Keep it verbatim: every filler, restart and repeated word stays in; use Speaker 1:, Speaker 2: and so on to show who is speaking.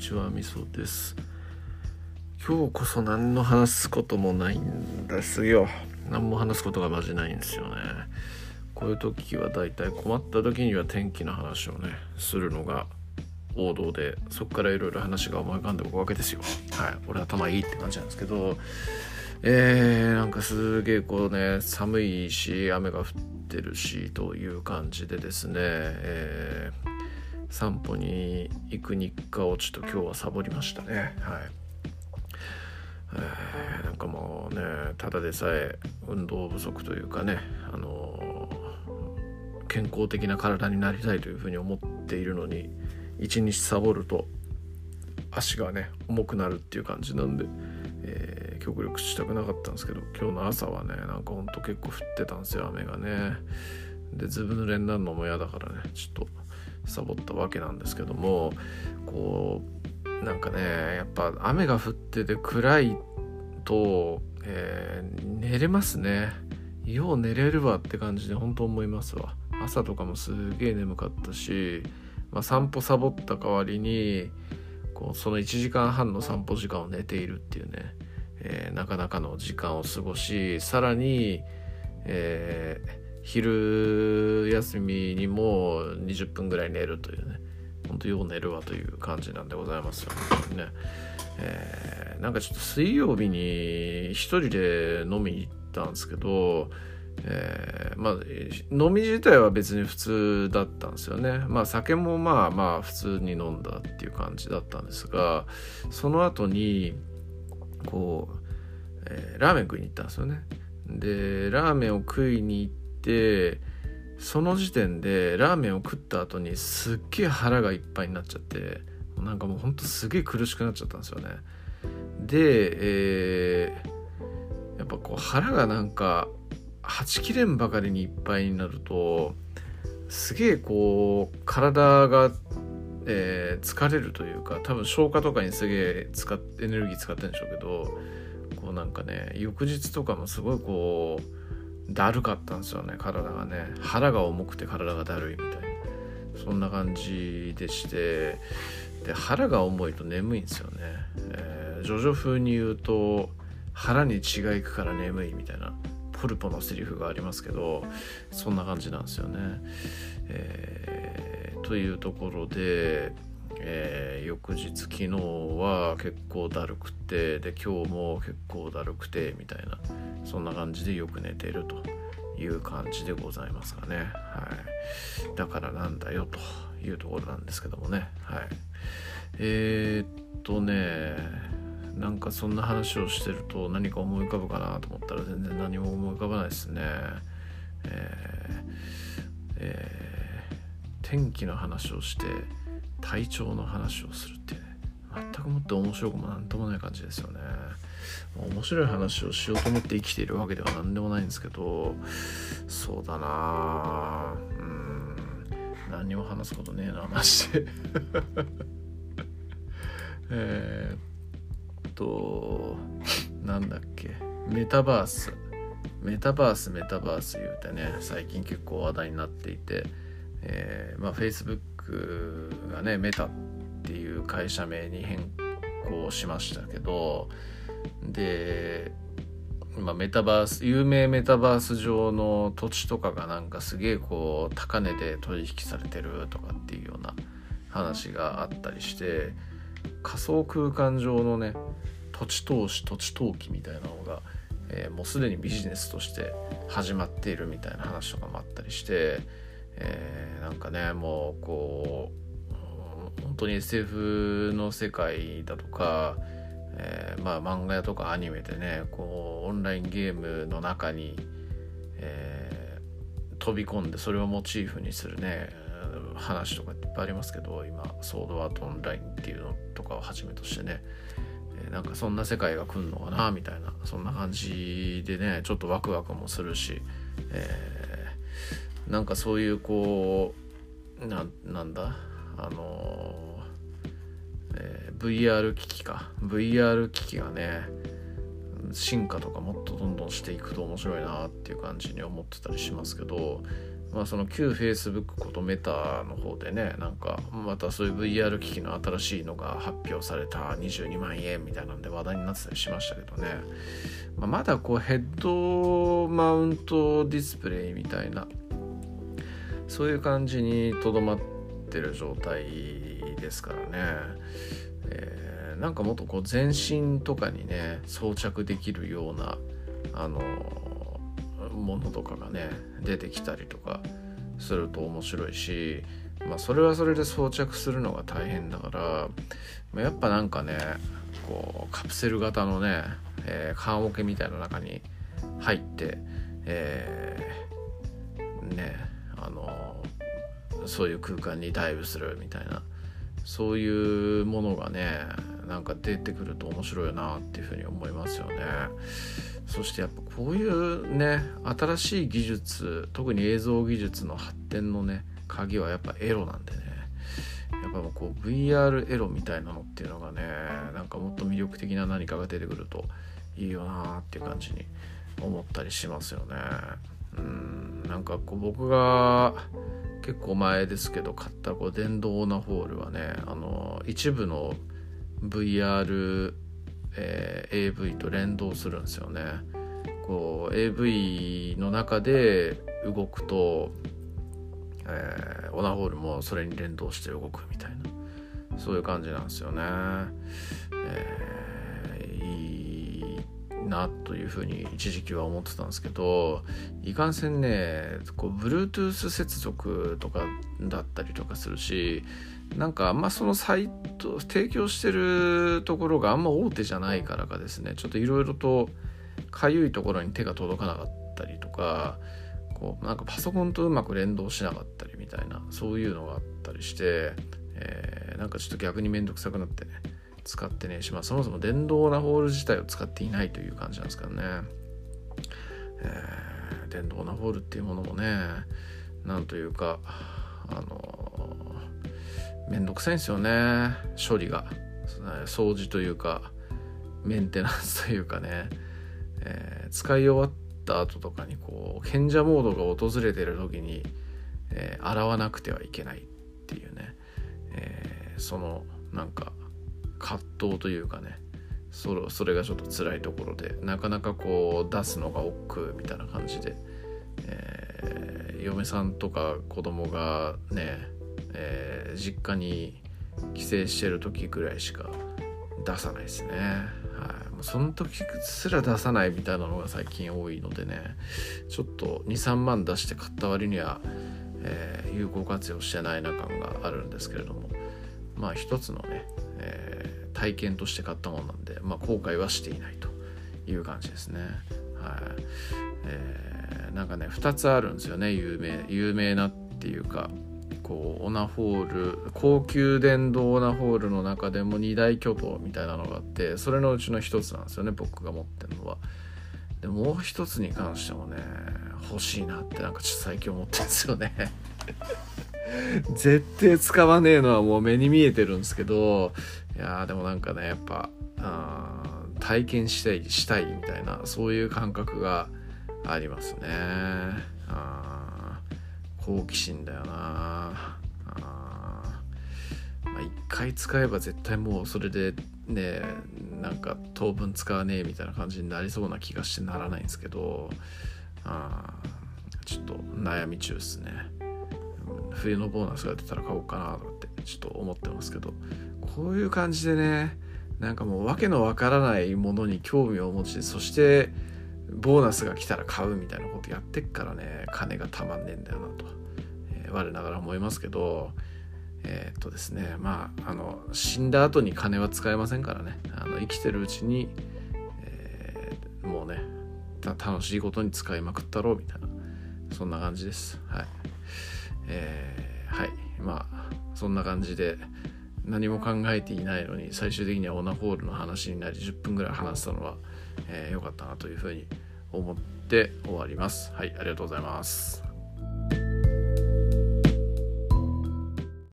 Speaker 1: ちは、みそです。今日こそ何の話すこともないんですよ。何も話すことがマジないんですよね。こういう時はだいたい困った時には天気の話をねするのが王道で、そこからいろいろ話が思い浮かんでいくわけですよ。はい、俺頭いいって感じなんですけど、えー、なんかすげえこうね寒いし雨が降ってるしという感じでですね、えー散歩に行く日課をちょっと今日はサボりましたね。はい、えー、なんかもうねただでさえ運動不足というかね、あのー、健康的な体になりたいというふうに思っているのに、一日サボると足がね重くなるっていう感じなんで、えー、極力したくなかったんですけど、今日の朝はねなんかほんと結構降ってたんですよ、雨がね。でずぶ濡れになるのも嫌だからねちょっとサボったわけなんですけども、こうなんかねやっぱ雨が降ってて暗いと、えー、寝れますね。よう寝れるわって感じで本当思いますわ。朝とかもすげえ眠かったし、まあ、散歩サボった代わりにこうそのいちじかんはんの散歩時間を寝ているっていうね、えー、なかなかの時間を過ごし、さらに、えー昼休みにもにじゅっぷんぐらい寝るというね、ほんとよう寝るわという感じなんでございますよね。えー、なんかちょっと水曜日に一人で飲みに行ったんですけど、えー、まあ飲み自体は別に普通だったんですよね。まあ酒もまあまあ普通に飲んだっていう感じだったんですが、その後にこう、えー、ラーメン食いに行ったんですよね。でラーメンを食いに行ってでその時点でラーメンを食った後にすっげえ腹がいっぱいになっちゃって、なんかもうほんとすげえ苦しくなっちゃったんですよね。で、えー、やっぱこう腹がなんかはちきれんばかりにいっぱいになるとすげえこう体が、えー、疲れるというか、多分消化とかにすげえ使っエネルギー使ってるんでしょうけど、こうなんかね翌日とかもすごいこうだるかったんですよね、体がね。腹が重くて体がだるいみたいな、そんな感じでして、で腹が重いと眠いんですよね。えー、ジョジョ風に言うと腹に血がいくから眠いみたいなポルポのセリフがありますけど、そんな感じなんですよね。えー、というところで、えー、翌日昨日は結構だるくて、で今日も結構だるくてみたいな、そんな感じでよく寝ているという感じでございますがね。はい、だからなんだよというところなんですけどもね。はい、えー、っとねなんかそんな話をしてると何か思い浮かぶかなと思ったら全然何も思い浮かばないですね。えーえー、天気の話をして体調の話をするってね、全くもって面白くもなんともない感じですよね。面白い話をしようと思って生きているわけでは何でもないんですけど、そうだなぁ、うーん何にも話すことねえなマジでえーっとなんだっけメタバースメタバースメタバース言うてね最近結構話題になっていて、えー、まあ Facebook がねメタっていう会社名に変更しましたけど、で、まあ、メタバース有名メタバース上の土地とかがなんかすげえこう高値で取引されてるとかっていうような話があったりして、仮想空間上のね土地投資土地投機みたいなのが、えー、もうすでにビジネスとして始まっているみたいな話とかもあったりして、えー、なんかねもうこう本当に エスエフ の世界だとか、えー、まあ漫画やとかアニメでねこうオンラインゲームの中に、えー、飛び込んでそれをモチーフにするね話とかいっぱいありますけど、今ソードアートオンラインっていうのとかをはじめとしてね、えー、なんかそんな世界が来るのかなみたいな、そんな感じでねちょっとワクワクもするし、えー、なんかそういうこう な, なんだあのーえー、ブイアール 機器か ブイアール 機器がね進化とかもっとどんどんしていくと面白いなっていう感じに思ってたりしますけど、 まあ、その旧 Facebook ことメタの方でね、なんかまたそういう ブイアール 機器の新しいのが発表されたにじゅうにまんえんみたいなんで話題になってたりしましたけどね、まあ、まだこうヘッドマウントディスプレイみたいなそういう感じにとどまってる状態ですからね、えー、なんかもっとこう全身とかにね装着できるようなあのものとかがね出てきたりとかすると面白いし、まあそれはそれで装着するのが大変だから、まあ、やっぱなんかねこうカプセル型のね、えー、棺桶みたいな中に入って、えー、ねあのそういう空間にダイブするみたいなそういうものがねなんか出てくると面白いなっていうふうに思いますよね。そしてやっぱこういうね新しい技術、特に映像技術の発展のね鍵はやっぱエロなんでね、やっぱこう ブイアール エロみたいなのっていうのがねなんかもっと魅力的な何かが出てくるといいよなっていう感じに思ったりしますよね。うーんなんかこう僕が結構前ですけど買ったこう電動オナホールはねあの一部の ブイアールえー、エーブイ と連動するんですよね。こう エーブイ の中で動くと、えー、オナホールもそれに連動して動くみたいなそういう感じなんですよね。えー、いいなというふうに一時期は思ってたんですけど、いかんせんねこう Bluetooth 接続とかだったりとかするし、なんかあんまそのサイト提供してるところがあんま大手じゃないからかですね、ちょっといろいろとかゆいところに手が届かなかったりとか、こうなんかパソコンとうまく連動しなかったりみたいなそういうのがあったりして、えー、なんかちょっと逆にめんどくさくなってね使ってねしまう。そもそも電動オナホール自体を使っていないという感じなんですからね、えー、電動オナホールっていうものもねなんというかあのめんどくさいんですよね、処理が。掃除というかメンテナンスというかね、えー、使い終わった後とかにこう賢者モードが訪れてる時に、えー、洗わなくてはいけないっていうね、えー、そのなんか葛藤というかね、それ、それがちょっと辛いところでなかなかこう出すのが億劫みたいな感じで、えー、嫁さんとか子供がねえー、実家に帰省してる時ぐらいしか出さないですね、はい、もうその時すら出さないみたいなのが最近多いのでね、ちょっと にさんまん出して買った割には、えー、有効活用してないな感があるんですけれども、まあ一つのね、えー、体験として買ったものなんで、まあ、後悔はしていないという感じですね、はい。えー、なんかねふたつあるんですよね、有名有名なっていうかこうオナホール、高級電動オナホールの中でも二大巨頭みたいなのがあって、それのうちの一つなんですよね僕が持ってるのは。でもう一つに関してもね欲しいなってなんかちょっと最近思ってるんですよね絶対使わねえのはもう目に見えてるんですけど、いやーでもなんかねやっぱあ体験したいしたいみたいなそういう感覚がありますね。あ好奇心だよなあ。まあ、一回使えば絶対もうそれでねなんか当分使わねえみたいな感じになりそうな気がしてならないんですけど、あちょっと悩み中ですね。冬のボーナスが出たら買おうかなとってちょっと思ってますけど、こういう感じでねなんかもうわけのわからないものに興味を持ち、そしてボーナスが来たら買うみたいなことやってっからね金がたまんねえんだよなと、えー、我ながら思いますけど、えー、っとですねまああの死んだ後に金は使えませんからね、あの生きてるうちに、えー、もうね楽しいことに使いまくったろうみたいなそんな感じです。はい、えー、はいまあそんな感じで何も考えていないのに最終的にはオナホールの話になりじゅっぷんぐらい話したのは良、えー、かったなというふうに思って終わります。はい、ありがとうございます。